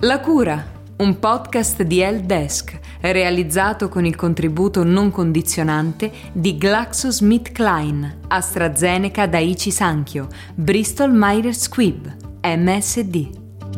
La cura, un podcast di Helpdesk, realizzato con il contributo non condizionante di GlaxoSmithKline, AstraZeneca Daiichi Sankyo, Bristol Myers Squibb, MSD.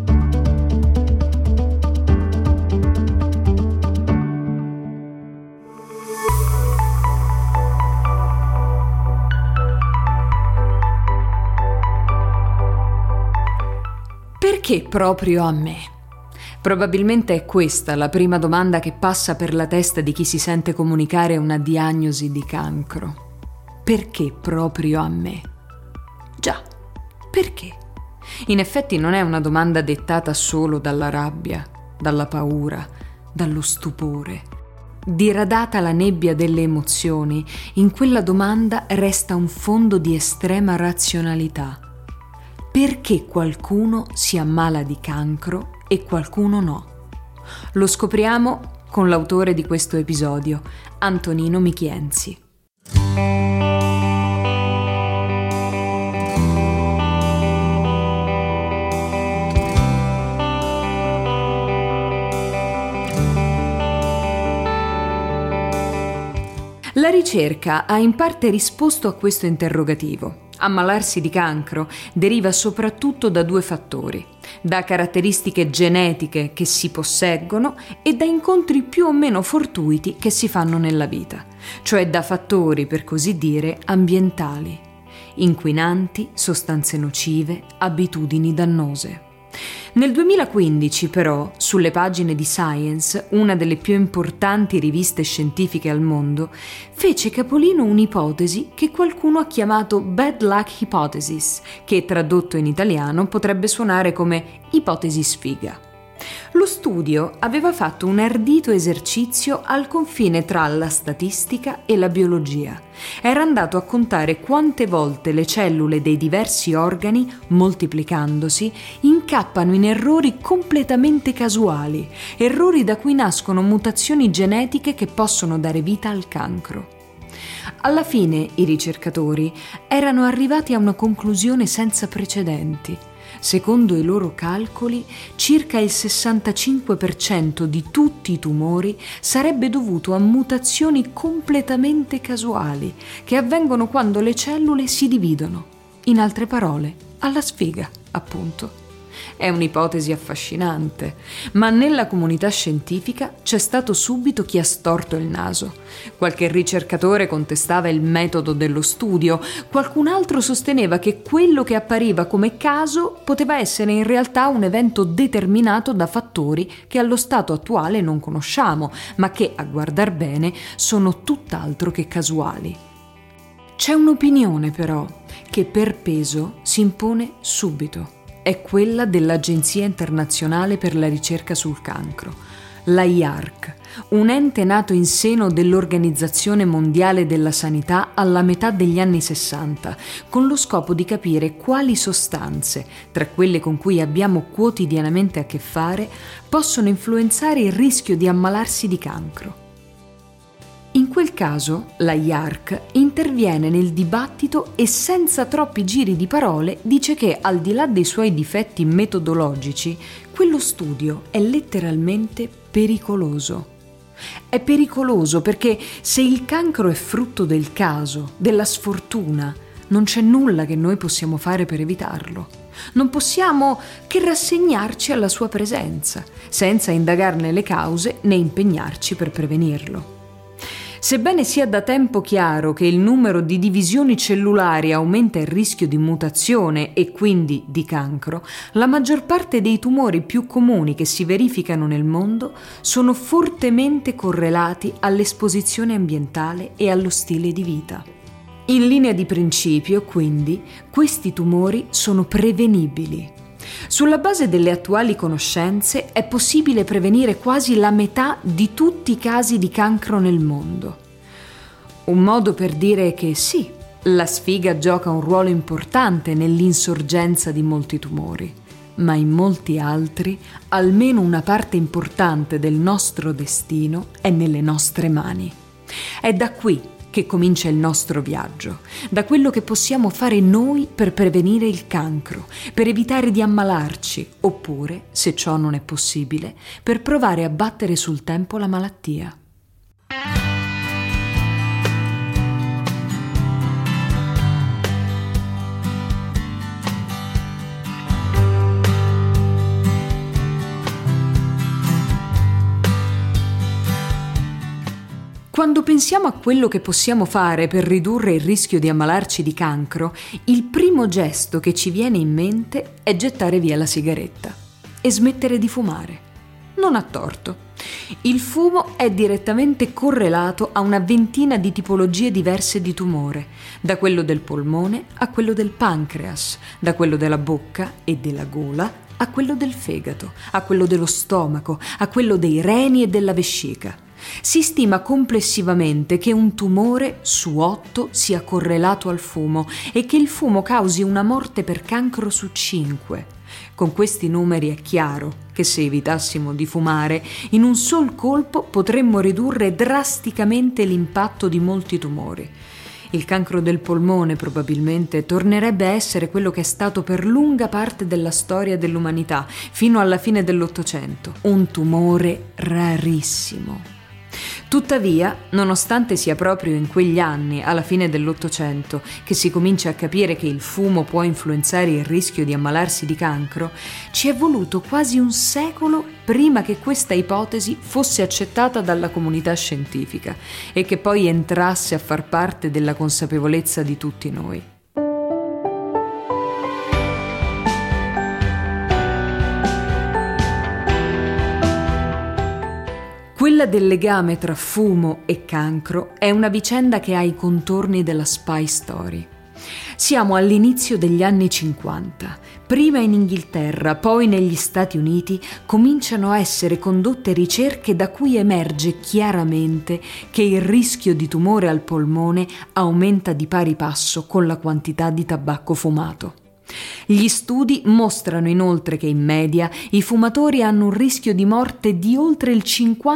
Perché proprio a me? Probabilmente è questa la prima domanda che passa per la testa di chi si sente comunicare una diagnosi di cancro. Perché proprio a me? Già, perché? In effetti non è una domanda dettata solo dalla rabbia, dalla paura, dallo stupore. Diradata la nebbia delle emozioni, in quella domanda resta un fondo di estrema razionalità. Perché qualcuno si ammala di cancro e qualcuno no? Lo scopriamo con l'autore di questo episodio, Antonino Michienzi. La ricerca ha in parte risposto a questo interrogativo. Ammalarsi di cancro deriva soprattutto da due fattori: da caratteristiche genetiche che si posseggono e da incontri più o meno fortuiti che si fanno nella vita, cioè da fattori, per così dire, ambientali, inquinanti, sostanze nocive, abitudini dannose. Nel 2015, però, sulle pagine di Science, una delle più importanti riviste scientifiche al mondo, fece capolino un'ipotesi che qualcuno ha chiamato Bad Luck Hypothesis, che tradotto in italiano potrebbe suonare come ipotesi sfiga. Lo studio aveva fatto un ardito esercizio al confine tra la statistica e la biologia. Era andato a contare quante volte le cellule dei diversi organi, moltiplicandosi, incappano in errori completamente casuali, errori da cui nascono mutazioni genetiche che possono dare vita al cancro. Alla fine i ricercatori erano arrivati a una conclusione senza precedenti. Secondo i loro calcoli, circa il 65% di tutti i tumori sarebbe dovuto a mutazioni completamente casuali, che avvengono quando le cellule si dividono. In altre parole, alla sfiga, appunto. È un'ipotesi affascinante, ma nella comunità scientifica c'è stato subito chi ha storto il naso. Qualche ricercatore contestava il metodo dello studio, qualcun altro sosteneva che quello che appariva come caso poteva essere in realtà un evento determinato da fattori che allo stato attuale non conosciamo, ma che, a guardar bene, sono tutt'altro che casuali. C'è un'opinione però che per peso si impone subito. È quella dell'Agenzia Internazionale per la Ricerca sul Cancro, la IARC, un ente nato in seno dell'Organizzazione Mondiale della Sanità alla metà degli anni 60, con lo scopo di capire quali sostanze, tra quelle con cui abbiamo quotidianamente a che fare, possono influenzare il rischio di ammalarsi di cancro. In quel caso, la IARC interviene nel dibattito e senza troppi giri di parole dice che, al di là dei suoi difetti metodologici, quello studio è letteralmente pericoloso. È pericoloso perché se il cancro è frutto del caso, della sfortuna, non c'è nulla che noi possiamo fare per evitarlo. Non possiamo che rassegnarci alla sua presenza, senza indagarne le cause né impegnarci per prevenirlo. Sebbene sia da tempo chiaro che il numero di divisioni cellulari aumenta il rischio di mutazione e quindi di cancro, la maggior parte dei tumori più comuni che si verificano nel mondo sono fortemente correlati all'esposizione ambientale e allo stile di vita. In linea di principio, quindi, questi tumori sono prevenibili. Sulla base delle attuali conoscenze è possibile prevenire quasi la metà di tutti i casi di cancro nel mondo. Un modo per dire che sì, la sfiga gioca un ruolo importante nell'insorgenza di molti tumori, ma in molti altri almeno una parte importante del nostro destino è nelle nostre mani. È da qui che comincia il nostro viaggio, da quello che possiamo fare noi per prevenire il cancro, per evitare di ammalarci, oppure, se ciò non è possibile, per provare a battere sul tempo la malattia. Quando pensiamo a quello che possiamo fare per ridurre il rischio di ammalarci di cancro, il primo gesto che ci viene in mente è gettare via la sigaretta e smettere di fumare. Non ha torto. Il fumo è direttamente correlato a una ventina di tipologie diverse di tumore, da quello del polmone a quello del pancreas, da quello della bocca e della gola a quello del fegato, a quello dello stomaco, a quello dei reni e della vescica. Si stima complessivamente che un tumore su 8 sia correlato al fumo e che il fumo causi una morte per cancro su 5. Con questi numeri è chiaro che se evitassimo di fumare, in un sol colpo potremmo ridurre drasticamente l'impatto di molti tumori. Il cancro del polmone probabilmente tornerebbe a essere quello che è stato per lunga parte della storia dell'umanità, fino alla fine dell'Ottocento, un tumore rarissimo. Tuttavia, nonostante sia proprio in quegli anni, alla fine dell'Ottocento, che si comincia a capire che il fumo può influenzare il rischio di ammalarsi di cancro, ci è voluto quasi un secolo prima che questa ipotesi fosse accettata dalla comunità scientifica e che poi entrasse a far parte della consapevolezza di tutti noi. Quella del legame tra fumo e cancro è una vicenda che ha i contorni della spy story. Siamo all'inizio degli anni 50. Prima in Inghilterra, poi negli Stati Uniti, cominciano a essere condotte ricerche da cui emerge chiaramente che il rischio di tumore al polmone aumenta di pari passo con la quantità di tabacco fumato. Gli studi mostrano inoltre che in media i fumatori hanno un rischio di morte di oltre il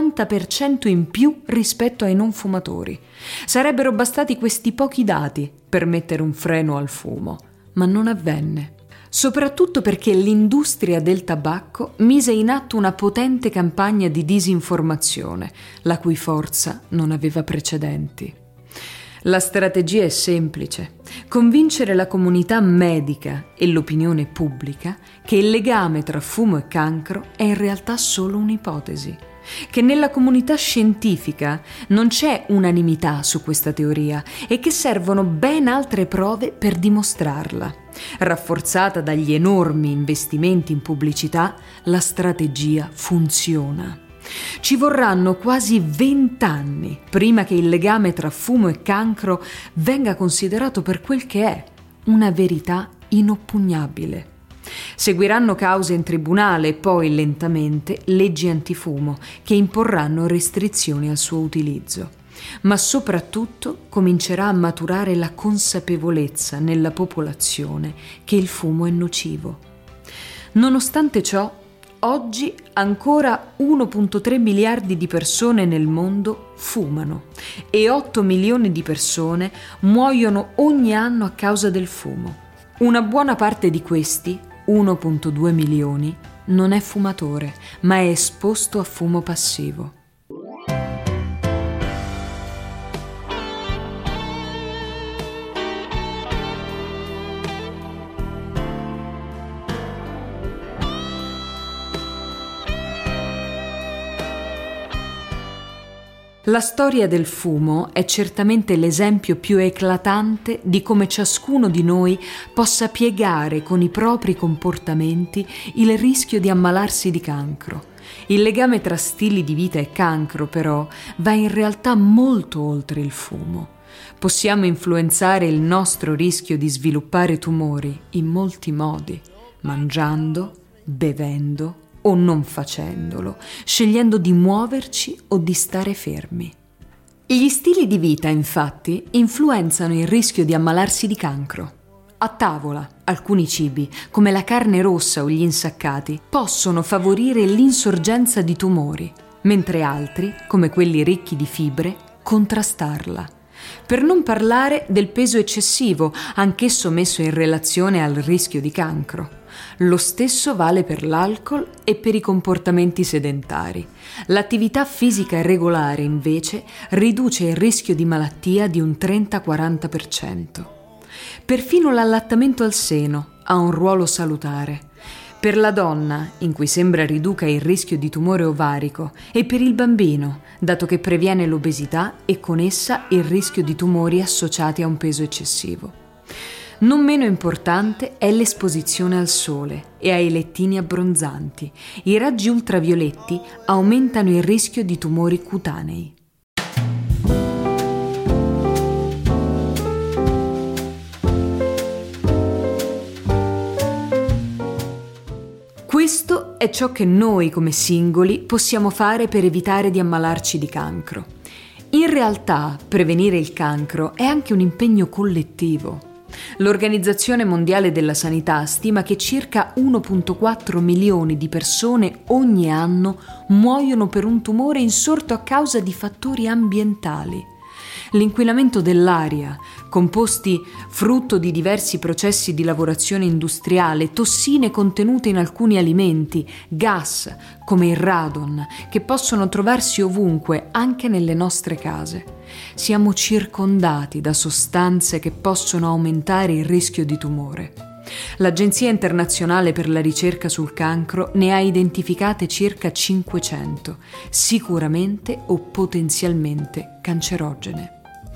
50% in più rispetto ai non fumatori. Sarebbero bastati questi pochi dati per mettere un freno al fumo, ma non avvenne. Soprattutto perché l'industria del tabacco mise in atto una potente campagna di disinformazione, la cui forza non aveva precedenti. La strategia è semplice: convincere la comunità medica e l'opinione pubblica che il legame tra fumo e cancro è in realtà solo un'ipotesi, che nella comunità scientifica non c'è unanimità su questa teoria e che servono ben altre prove per dimostrarla. Rafforzata dagli enormi investimenti in pubblicità, la strategia funziona. Ci vorranno quasi 20 anni prima che il legame tra fumo e cancro venga considerato per quel che è, una verità inoppugnabile. Seguiranno cause in tribunale e poi, lentamente, leggi antifumo che imporranno restrizioni al suo utilizzo. Ma soprattutto comincerà a maturare la consapevolezza nella popolazione che il fumo è nocivo. Nonostante ciò, oggi ancora 1,3 miliardi di persone nel mondo fumano e 8 milioni di persone muoiono ogni anno a causa del fumo. Una buona parte di questi, 1,2 milioni, non è fumatore, ma è esposto a fumo passivo. La storia del fumo è certamente l'esempio più eclatante di come ciascuno di noi possa piegare con i propri comportamenti il rischio di ammalarsi di cancro. Il legame tra stili di vita e cancro, però, va in realtà molto oltre il fumo. Possiamo influenzare il nostro rischio di sviluppare tumori in molti modi: mangiando, bevendo o non facendolo, scegliendo di muoverci o di stare fermi. Gli stili di vita, infatti, influenzano il rischio di ammalarsi di cancro. A tavola, alcuni cibi, come la carne rossa o gli insaccati, possono favorire l'insorgenza di tumori, mentre altri, come quelli ricchi di fibre, contrastarla. Per non parlare del peso eccessivo, anch'esso messo in relazione al rischio di cancro. Lo stesso vale per l'alcol e per i comportamenti sedentari. L'attività fisica regolare, invece, riduce il rischio di malattia di un 30-40%. Perfino l'allattamento al seno ha un ruolo salutare. Per la donna, in cui sembra riduca il rischio di tumore ovarico, e per il bambino, dato che previene l'obesità e con essa il rischio di tumori associati a un peso eccessivo. Non meno importante è l'esposizione al sole e ai lettini abbronzanti. I raggi ultravioletti aumentano il rischio di tumori cutanei. Questo è ciò che noi come singoli possiamo fare per evitare di ammalarci di cancro. In realtà, prevenire il cancro è anche un impegno collettivo. L'Organizzazione Mondiale della Sanità stima che circa 1,4 milioni di persone ogni anno muoiono per un tumore insorto a causa di fattori ambientali. L'inquinamento dell'aria, composti frutto di diversi processi di lavorazione industriale, tossine contenute in alcuni alimenti, gas come il radon, che possono trovarsi ovunque, anche nelle nostre case. Siamo circondati da sostanze che possono aumentare il rischio di tumore. L'Agenzia internazionale per la ricerca sul cancro ne ha identificate circa 500, sicuramente o potenzialmente cancerogene.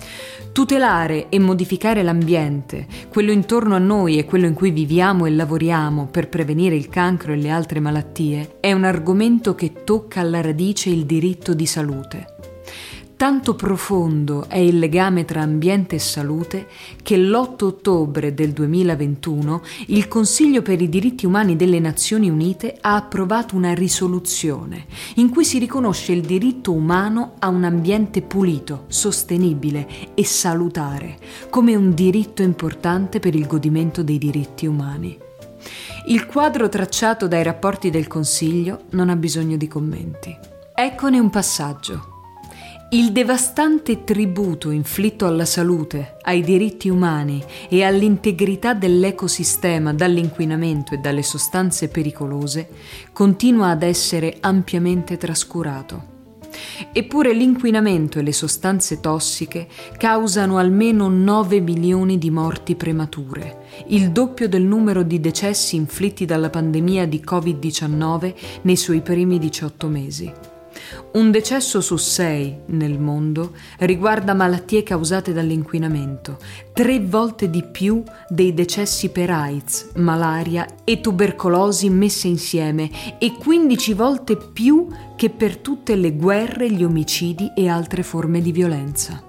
Tutelare e modificare l'ambiente, quello intorno a noi e quello in cui viviamo e lavoriamo per prevenire il cancro e le altre malattie, è un argomento che tocca alla radice il diritto di salute. Tanto profondo è il legame tra ambiente e salute che l'8 ottobre del 2021 il Consiglio per i diritti umani delle Nazioni Unite ha approvato una risoluzione in cui si riconosce il diritto umano a un ambiente pulito, sostenibile e salutare come un diritto importante per il godimento dei diritti umani. Il quadro tracciato dai rapporti del Consiglio non ha bisogno di commenti. Eccone un passaggio. Il devastante tributo inflitto alla salute, ai diritti umani e all'integrità dell'ecosistema dall'inquinamento e dalle sostanze pericolose continua ad essere ampiamente trascurato. Eppure l'inquinamento e le sostanze tossiche causano almeno 9 milioni di morti premature, il doppio del numero di decessi inflitti dalla pandemia di Covid-19 nei suoi primi 18 mesi. Un decesso su 6 nel mondo riguarda malattie causate dall'inquinamento, 3 volte di più dei decessi per AIDS, malaria e tubercolosi messe insieme e 15 volte più che per tutte le guerre, gli omicidi e altre forme di violenza.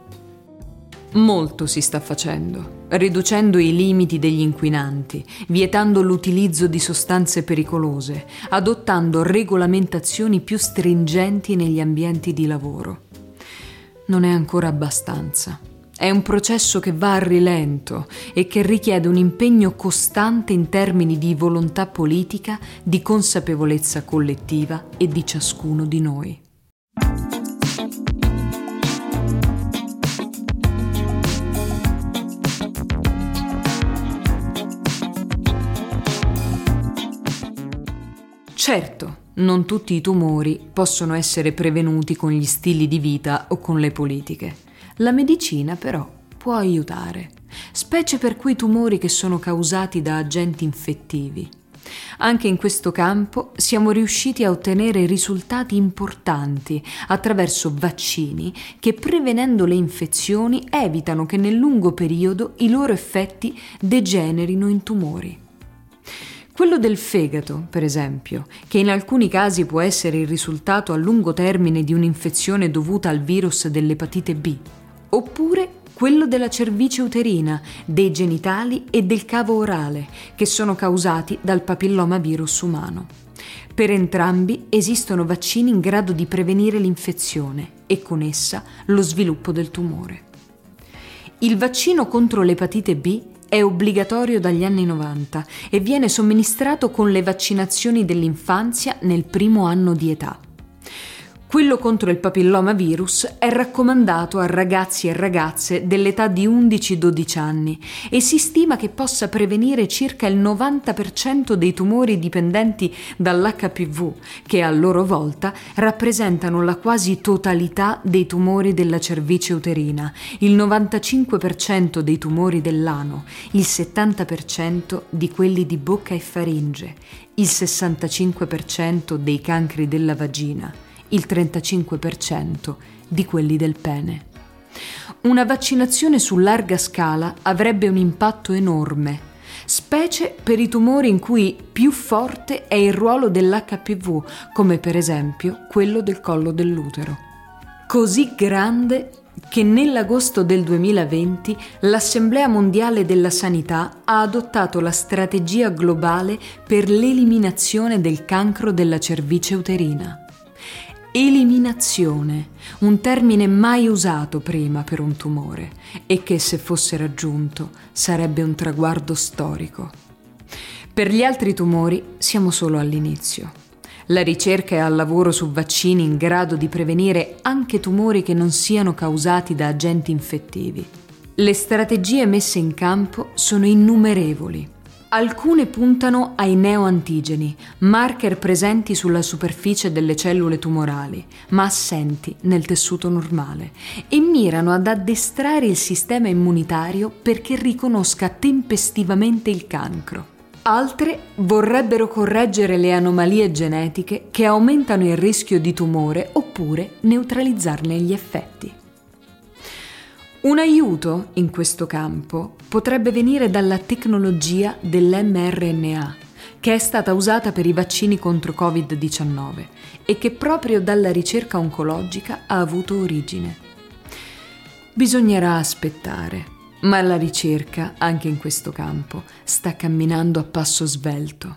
Molto si sta facendo, riducendo i limiti degli inquinanti, vietando l'utilizzo di sostanze pericolose, adottando regolamentazioni più stringenti negli ambienti di lavoro. Non è ancora abbastanza. È un processo che va a rilento e che richiede un impegno costante in termini di volontà politica, di consapevolezza collettiva e di ciascuno di noi. Certo, non tutti i tumori possono essere prevenuti con gli stili di vita o con le politiche. La medicina però può aiutare, specie per quei tumori che sono causati da agenti infettivi. Anche in questo campo siamo riusciti a ottenere risultati importanti attraverso vaccini che, prevenendo le infezioni, evitano che nel lungo periodo i loro effetti degenerino in tumori. Quello del fegato, per esempio, che in alcuni casi può essere il risultato a lungo termine di un'infezione dovuta al virus dell'epatite B, oppure quello della cervice uterina, dei genitali e del cavo orale, che sono causati dal papillomavirus umano. Per entrambi esistono vaccini in grado di prevenire l'infezione e con essa lo sviluppo del tumore. Il vaccino contro l'epatite B è obbligatorio dagli anni 90 e viene somministrato con le vaccinazioni dell'infanzia nel primo anno di età. Quello contro il papillomavirus è raccomandato a ragazzi e ragazze dell'età di 11-12 anni e si stima che possa prevenire circa il 90% dei tumori dipendenti dall'HPV, che a loro volta rappresentano la quasi totalità dei tumori della cervice uterina, il 95% dei tumori dell'ano, il 70% di quelli di bocca e faringe, il 65% dei cancri della vagina, il 35% di quelli del pene. Una vaccinazione su larga scala avrebbe un impatto enorme, specie per i tumori in cui più forte è il ruolo dell'HPV, come per esempio quello del collo dell'utero. Così grande che nell'agosto del 2020 l'Assemblea Mondiale della Sanità ha adottato la strategia globale per l'eliminazione del cancro della cervice uterina. Eliminazione, un termine mai usato prima per un tumore e che, se fosse raggiunto, sarebbe un traguardo storico. Per gli altri tumori siamo solo all'inizio. La ricerca è al lavoro su vaccini in grado di prevenire anche tumori che non siano causati da agenti infettivi. Le strategie messe in campo sono innumerevoli. Alcune puntano ai neoantigeni, marker presenti sulla superficie delle cellule tumorali, ma assenti nel tessuto normale, e mirano ad addestrare il sistema immunitario perché riconosca tempestivamente il cancro. Altre vorrebbero correggere le anomalie genetiche che aumentano il rischio di tumore oppure neutralizzarne gli effetti. Un aiuto in questo campo potrebbe venire dalla tecnologia dell'mRNA, che è stata usata per i vaccini contro Covid-19 e che proprio dalla ricerca oncologica ha avuto origine. Bisognerà aspettare, ma la ricerca, anche in questo campo, sta camminando a passo svelto.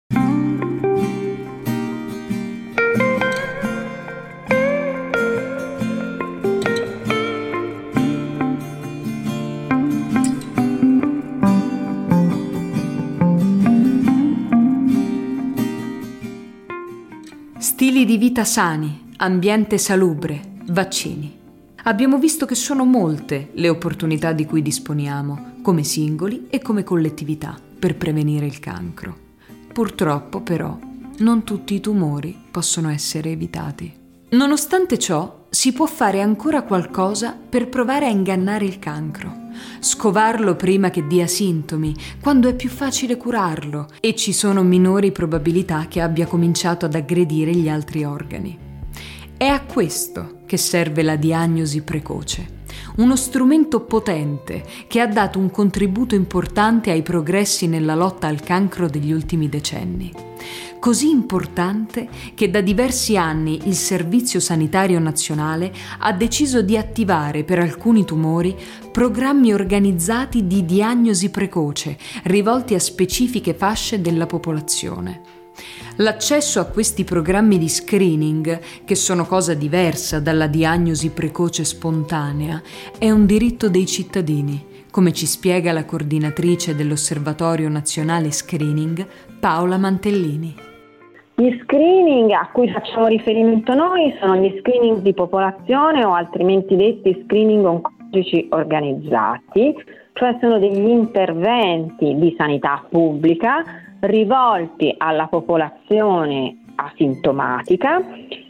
Stili di vita sani, ambiente salubre, vaccini. Abbiamo visto che sono molte le opportunità di cui disponiamo, come singoli e come collettività, per prevenire il cancro. Purtroppo, però, non tutti i tumori possono essere evitati. Nonostante ciò, si può fare ancora qualcosa per provare a ingannare il cancro. Scovarlo prima che dia sintomi, quando è più facile curarlo e ci sono minori probabilità che abbia cominciato ad aggredire gli altri organi. È a questo che serve la diagnosi precoce, uno strumento potente che ha dato un contributo importante ai progressi nella lotta al cancro degli ultimi decenni. Così importante che da diversi anni il Servizio Sanitario Nazionale ha deciso di attivare per alcuni tumori programmi organizzati di diagnosi precoce rivolti a specifiche fasce della popolazione. L'accesso a questi programmi di screening, che sono cosa diversa dalla diagnosi precoce spontanea, è un diritto dei cittadini, come ci spiega la coordinatrice dell'Osservatorio Nazionale Screening, Paola Mantellini. Gli screening a cui facciamo riferimento noi sono gli screening di popolazione o altrimenti detti screening oncologici organizzati, cioè sono degli interventi di sanità pubblica rivolti alla popolazione asintomatica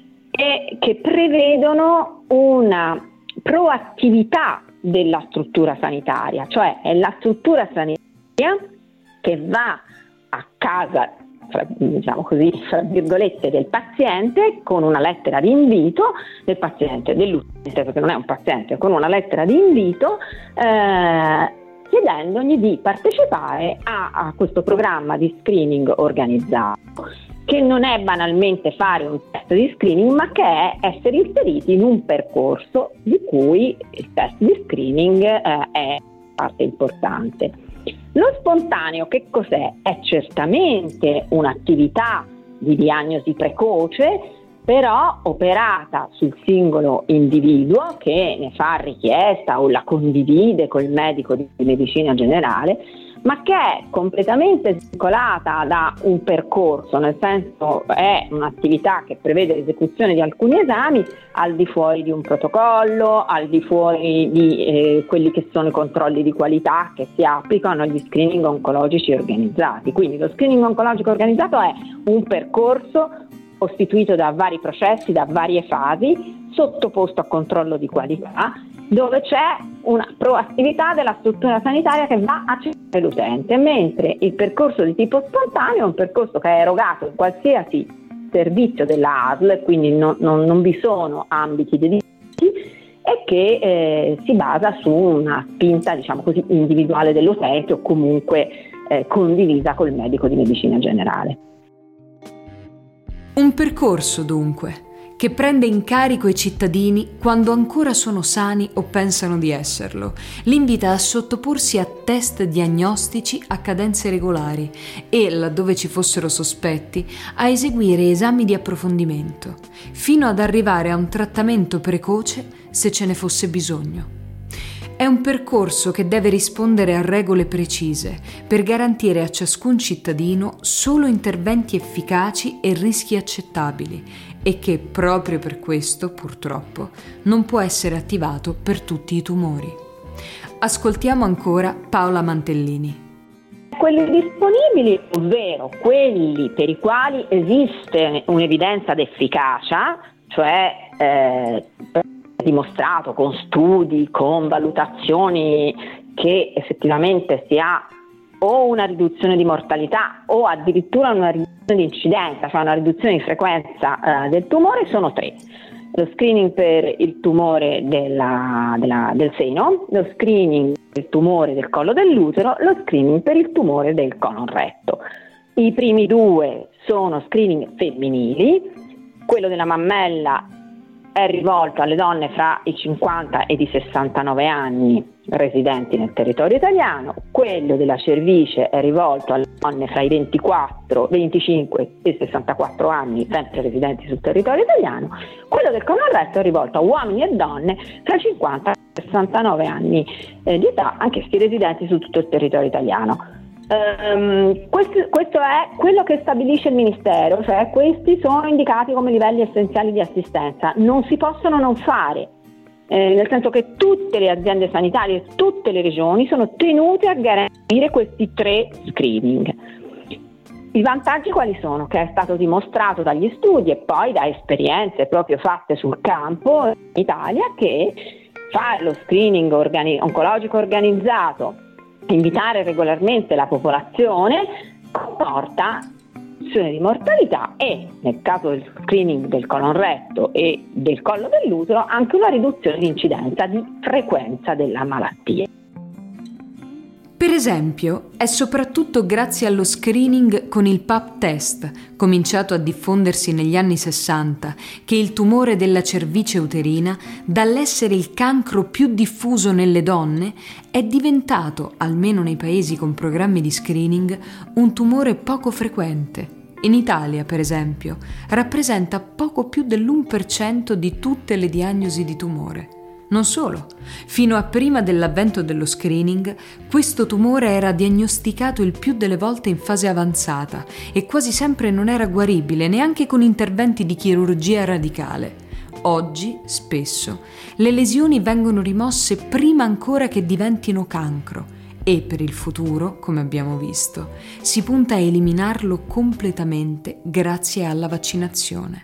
e che prevedono una proattività della struttura sanitaria, cioè è la struttura sanitaria che va a casa, diciamo così, fra virgolette, del paziente con una lettera di invito del paziente, dell'utente, perché non è un paziente, con una lettera di invito chiedendogli di partecipare a questo programma di screening organizzato, che non è banalmente fare un test di screening, ma che è essere inseriti in un percorso di cui il test di screening è parte importante. Lo spontaneo che cos'è? È certamente un'attività di diagnosi precoce però operata sul singolo individuo che ne fa richiesta o la condivide col medico di medicina generale, ma che è completamente svincolata da un percorso, nel senso è un'attività che prevede l'esecuzione di alcuni esami al di fuori di un protocollo, al di fuori di quelli che sono i controlli di qualità che si applicano agli screening oncologici organizzati. Quindi lo screening oncologico organizzato è un percorso costituito da vari processi, da varie fasi, sottoposto a controllo di qualità, dove c'è una proattività della struttura sanitaria che va a cercare l'utente, mentre il percorso di tipo spontaneo è un percorso che è erogato in qualsiasi servizio della ASL, quindi non vi sono ambiti dedicati, e che si basa su una spinta, diciamo così, individuale dell'utente o comunque condivisa col medico di medicina generale. Un percorso, dunque, che prende in carico i cittadini quando ancora sono sani o pensano di esserlo, li invita a sottoporsi a test diagnostici a cadenze regolari e, laddove ci fossero sospetti, a eseguire esami di approfondimento, fino ad arrivare a un trattamento precoce se ce ne fosse bisogno. È un percorso che deve rispondere a regole precise per garantire a ciascun cittadino solo interventi efficaci e rischi accettabili e che, proprio per questo, purtroppo, non può essere attivato per tutti i tumori. Ascoltiamo ancora Paola Mantellini. Quelli disponibili, ovvero quelli per i quali esiste un'evidenza d'efficacia, cioè dimostrato con studi, con valutazioni che effettivamente si ha o una riduzione di mortalità o addirittura una riduzione di incidenza, cioè una riduzione di frequenza del tumore, sono 3. Lo screening per il tumore del seno, lo screening per il tumore del collo dell'utero, lo screening per il tumore del colon retto. I primi 2 sono screening femminili, quello della mammella è rivolto alle donne fra i 50 e i 69 anni residenti nel territorio italiano, quello della cervice è rivolto alle donne fra i 24, 25 e 64 anni sempre residenti sul territorio italiano, quello del colon retto è rivolto a uomini e donne fra i 50 e 69 anni di età, anch'essi residenti su tutto il territorio italiano. Questo è quello che stabilisce il Ministero, cioè questi sono indicati come livelli essenziali di assistenza, non si possono non fare, nel senso che tutte le aziende sanitarie, tutte le regioni sono tenute a garantire questi 3 screening. I vantaggi quali sono? Che è stato dimostrato dagli studi e poi da esperienze proprio fatte sul campo in Italia che fare lo screening oncologico organizzato, invitare regolarmente la popolazione, comporta riduzione di mortalità e, nel caso del screening del colon retto e del collo dell'utero, anche una riduzione di incidenza di frequenza della malattia. Per esempio, è soprattutto grazie allo screening con il Pap test, cominciato a diffondersi negli anni 60, che il tumore della cervice uterina, dall'essere il cancro più diffuso nelle donne, è diventato, almeno nei paesi con programmi di screening, un tumore poco frequente. In Italia, per esempio, rappresenta poco più dell'1% di tutte le diagnosi di tumore. Non solo, fino a prima dell'avvento dello screening, questo tumore era diagnosticato il più delle volte in fase avanzata e quasi sempre non era guaribile neanche con interventi di chirurgia radicale. Oggi, spesso, le lesioni vengono rimosse prima ancora che diventino cancro e per il futuro, come abbiamo visto, si punta a eliminarlo completamente grazie alla vaccinazione.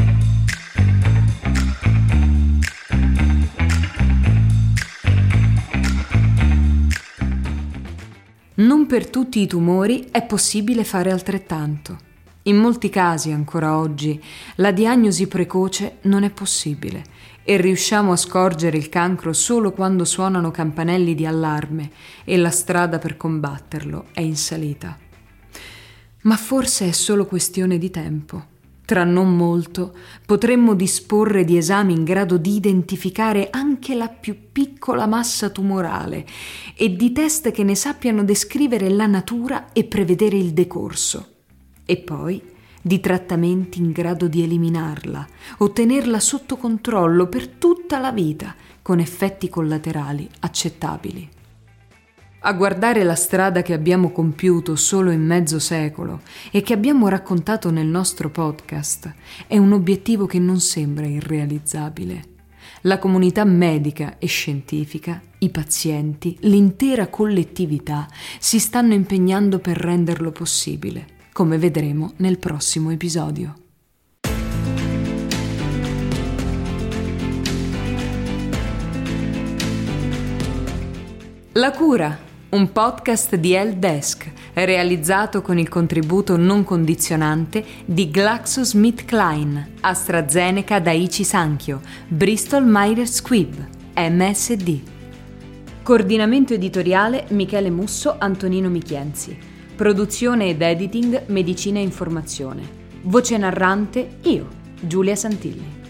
Non per tutti i tumori è possibile fare altrettanto. In molti casi, ancora oggi, la diagnosi precoce non è possibile e riusciamo a scorgere il cancro solo quando suonano campanelli di allarme e la strada per combatterlo è in salita. Ma forse è solo questione di tempo. Tra non molto potremmo disporre di esami in grado di identificare anche la più piccola massa tumorale e di test che ne sappiano descrivere la natura e prevedere il decorso. E poi di trattamenti in grado di eliminarla o tenerla sotto controllo per tutta la vita, con effetti collaterali accettabili. A guardare la strada che abbiamo compiuto solo in mezzo secolo e che abbiamo raccontato nel nostro podcast, è un obiettivo che non sembra irrealizzabile. La comunità medica e scientifica, i pazienti, l'intera collettività si stanno impegnando per renderlo possibile, come vedremo nel prossimo episodio. La cura, un podcast di Helpdesk, realizzato con il contributo non condizionante di GlaxoSmithKline, AstraZeneca Daiichi Sankyo, Bristol Myers Squibb, MSD. Coordinamento editoriale Michele Musso, Antonino Michienzi. Produzione ed editing Medicina e Informazione. Voce narrante io, Giulia Santilli.